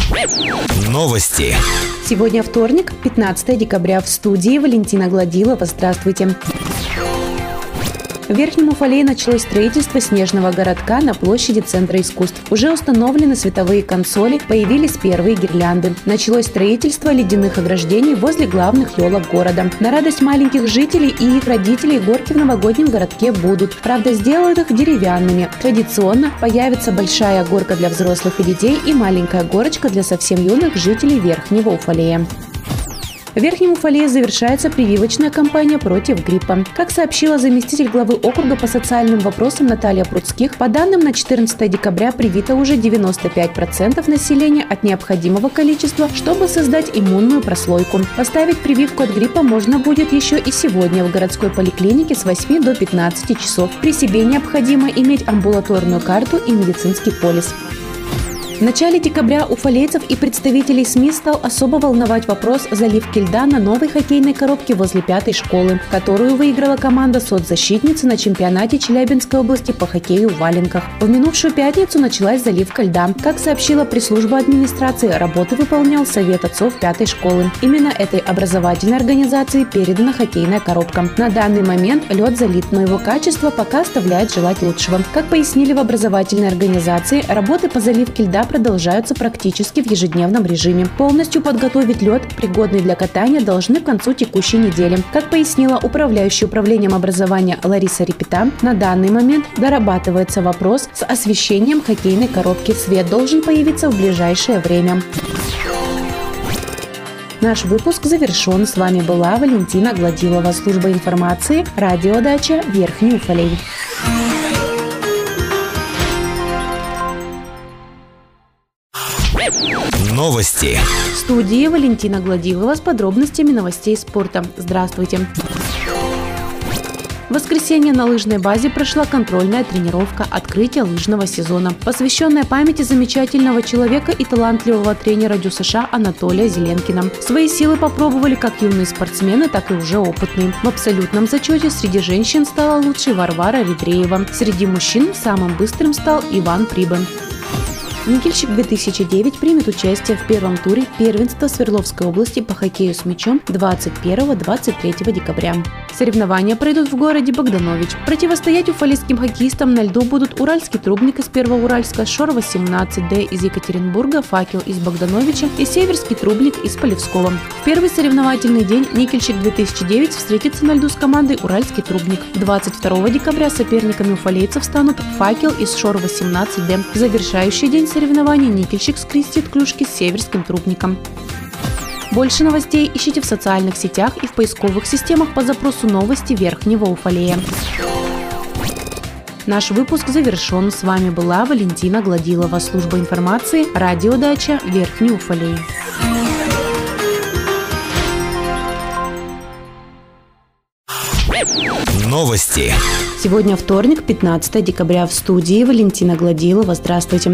Новости. Сегодня вторник, 15 декабря. В студии Валентина Гладилова. Здравствуйте. В Верхнем Уфалее началось строительство снежного городка на площади Центра искусств. Уже установлены световые консоли, появились первые гирлянды. Началось строительство ледяных ограждений возле главных елок города. На радость маленьких жителей и их родителей горки в новогоднем городке будут. Правда, сделают их деревянными. Традиционно появится большая горка для взрослых и детей и маленькая горочка для совсем юных жителей Верхнего Уфалея. В Верхнем Уфалее завершается прививочная кампания против гриппа. Как сообщила заместитель главы округа по социальным вопросам Наталья Пруцких, по данным на 14 декабря привито уже 95% населения от необходимого количества, чтобы создать иммунную прослойку. Поставить прививку от гриппа можно будет еще и сегодня в городской поликлинике с 8 до 15 часов. При себе необходимо иметь амбулаторную карту и медицинский полис. В начале декабря уфалейцев и представителей СМИ стал особо волновать вопрос заливки льда на новой хоккейной коробке возле 5-й школы, которую выиграла команда соцзащитницы на чемпионате Челябинской области по хоккею в валенках. В минувшую пятницу началась заливка льда. Как сообщила пресс-служба администрации, работы выполнял Совет отцов 5-й школы. Именно этой образовательной организации передана хоккейная коробка. На данный момент лед залит, но его качество пока оставляет желать лучшего. Как пояснили в образовательной организации, работы по заливке льда продолжаются практически в ежедневном режиме. Полностью подготовить лед, пригодный для катания, должны к концу текущей недели. Как пояснила управляющая управлением образования Лариса Репета, на данный момент дорабатывается вопрос с освещением хоккейной коробки. Свет должен появиться в ближайшее время. Наш выпуск завершен. С вами была Валентина Гладилова, служба информации, радиодача Верхний Уфалей. Новости. В студии Валентина Гладилова с подробностями новостей спорта. Здравствуйте. В воскресенье на лыжной базе прошла контрольная тренировка открытия лыжного сезона, посвященная памяти замечательного человека и талантливого тренера ДЮСШ Анатолия Зеленкина. Свои силы попробовали как юные спортсмены, так и уже опытные. В абсолютном зачете среди женщин стала лучшей Варвара Редреева. Среди мужчин самым быстрым стал Иван Прибен. Никельщик-2009 примет участие в первом туре первенства Свердловской области по хоккею с мячом 21-23 декабря. Соревнования пройдут в городе Богданович. Противостоять уфалейским хоккеистам на льду будут Уральский Трубник из Первоуральска, Шор-18Д из Екатеринбурга, Факел из Богдановича и Северский Трубник из Полевского. В первый соревновательный день Никельщик-2009 встретится на льду с командой Уральский Трубник. 22 декабря соперниками уфалейцев станут Факел из Шор-18Д. В завершающий день соревнований Никельщик скрестит клюшки с Северским Трубником. Больше новостей ищите в социальных сетях и в поисковых системах по запросу «Новости Верхнего Уфалея». Наш выпуск завершен. С вами была Валентина Гладилова, служба информации, радиодача Верхний Уфалей. Новости. Сегодня вторник, 15 декабря. В студии Валентина Гладилова. Здравствуйте.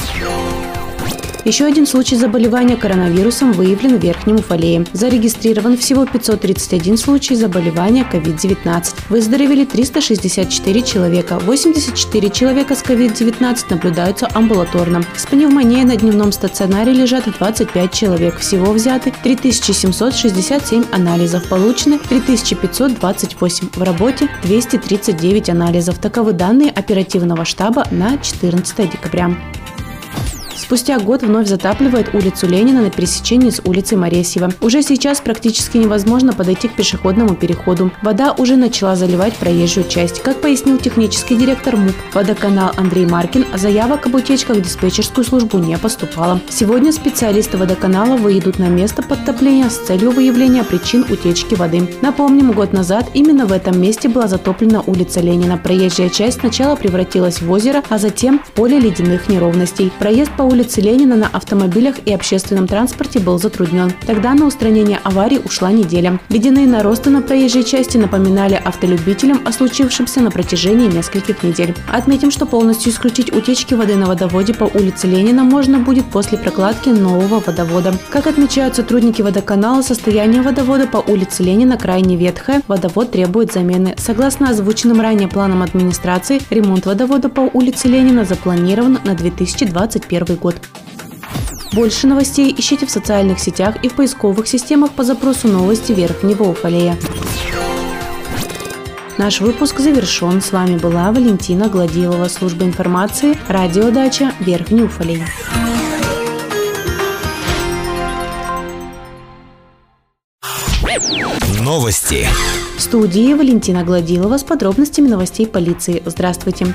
Еще один случай заболевания коронавирусом выявлен в Верхнем Уфалее. Зарегистрирован всего 531 случай заболевания COVID-19. Выздоровели 364 человека. 84 человека с COVID-19 наблюдаются амбулаторно. С пневмонией на дневном стационаре лежат 25 человек. Всего взяты 3767 анализов. Получены 3528. В работе 239 анализов. Таковы данные оперативного штаба на 14 декабря. Спустя год вновь затапливает улицу Ленина на пересечении с улицей Моресьева. Уже сейчас практически невозможно подойти к пешеходному переходу. Вода уже начала заливать проезжую часть. Как пояснил технический директор МУП «Водоканал» Андрей Маркин, заявок об утечках в диспетчерскую службу не поступало. Сегодня специалисты водоканала выйдут на место подтопления с целью выявления причин утечки воды. Напомним, год назад именно в этом месте была затоплена улица Ленина. Проезжая часть сначала превратилась в озеро, а затем в поле ледяных неровностей. Проезд по улице Ленина на автомобилях и общественном транспорте был затруднен. Тогда на устранение аварий ушла неделя. Ледяные наросты на проезжей части напоминали автолюбителям о случившемся на протяжении нескольких недель. Отметим, что полностью исключить утечки воды на водоводе по улице Ленина можно будет после прокладки нового водовода. Как отмечают сотрудники водоканала, состояние водовода по улице Ленина крайне ветхое, водовод требует замены. Согласно озвученным ранее планам администрации, ремонт водовода по улице Ленина запланирован на 2021 год. Больше новостей ищите в социальных сетях и в поисковых системах по запросу «Новости Верхнего Уфалея». Наш выпуск завершен. С вами была Валентина Гладилова, служба информации, радиодача Верхний Уфалей. Новости. В студии Валентина Гладилова с подробностями новостей полиции. Здравствуйте.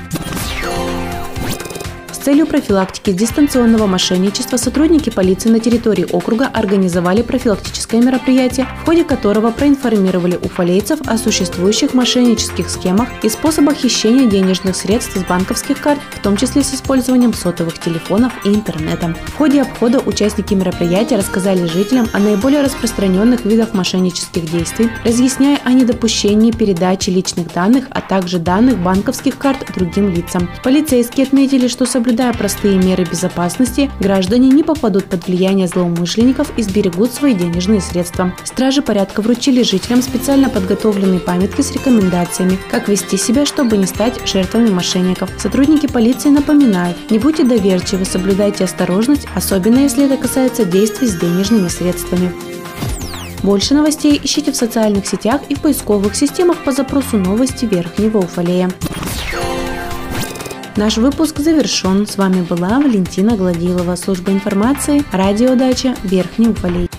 С целью профилактики дистанционного мошенничества сотрудники полиции на территории округа организовали профилактическое мероприятие, в ходе которого проинформировали уфалейцев о существующих мошеннических схемах и способах хищения денежных средств с банковских карт, в том числе с использованием сотовых телефонов и интернета. В ходе обхода участники мероприятия рассказали жителям о наиболее распространенных видах мошеннических действий, разъясняя о недопущении передачи личных данных, а также данных банковских карт другим лицам. Полицейские отметили, что соблюдая простые меры безопасности, граждане не попадут под влияние злоумышленников и сберегут свои денежные средства. Стражи порядка вручили жителям специально подготовленные памятки с рекомендациями, как вести себя, чтобы не стать жертвами мошенников. Сотрудники полиции напоминают: не будьте доверчивы, соблюдайте осторожность, особенно если это касается действий с денежными средствами. Больше новостей ищите в социальных сетях и в поисковых системах по запросу «Новости Верхнего Уфалея». Наш выпуск завершен. С вами была Валентина Гладилова, служба информации, радиодача Верхний Уфалей.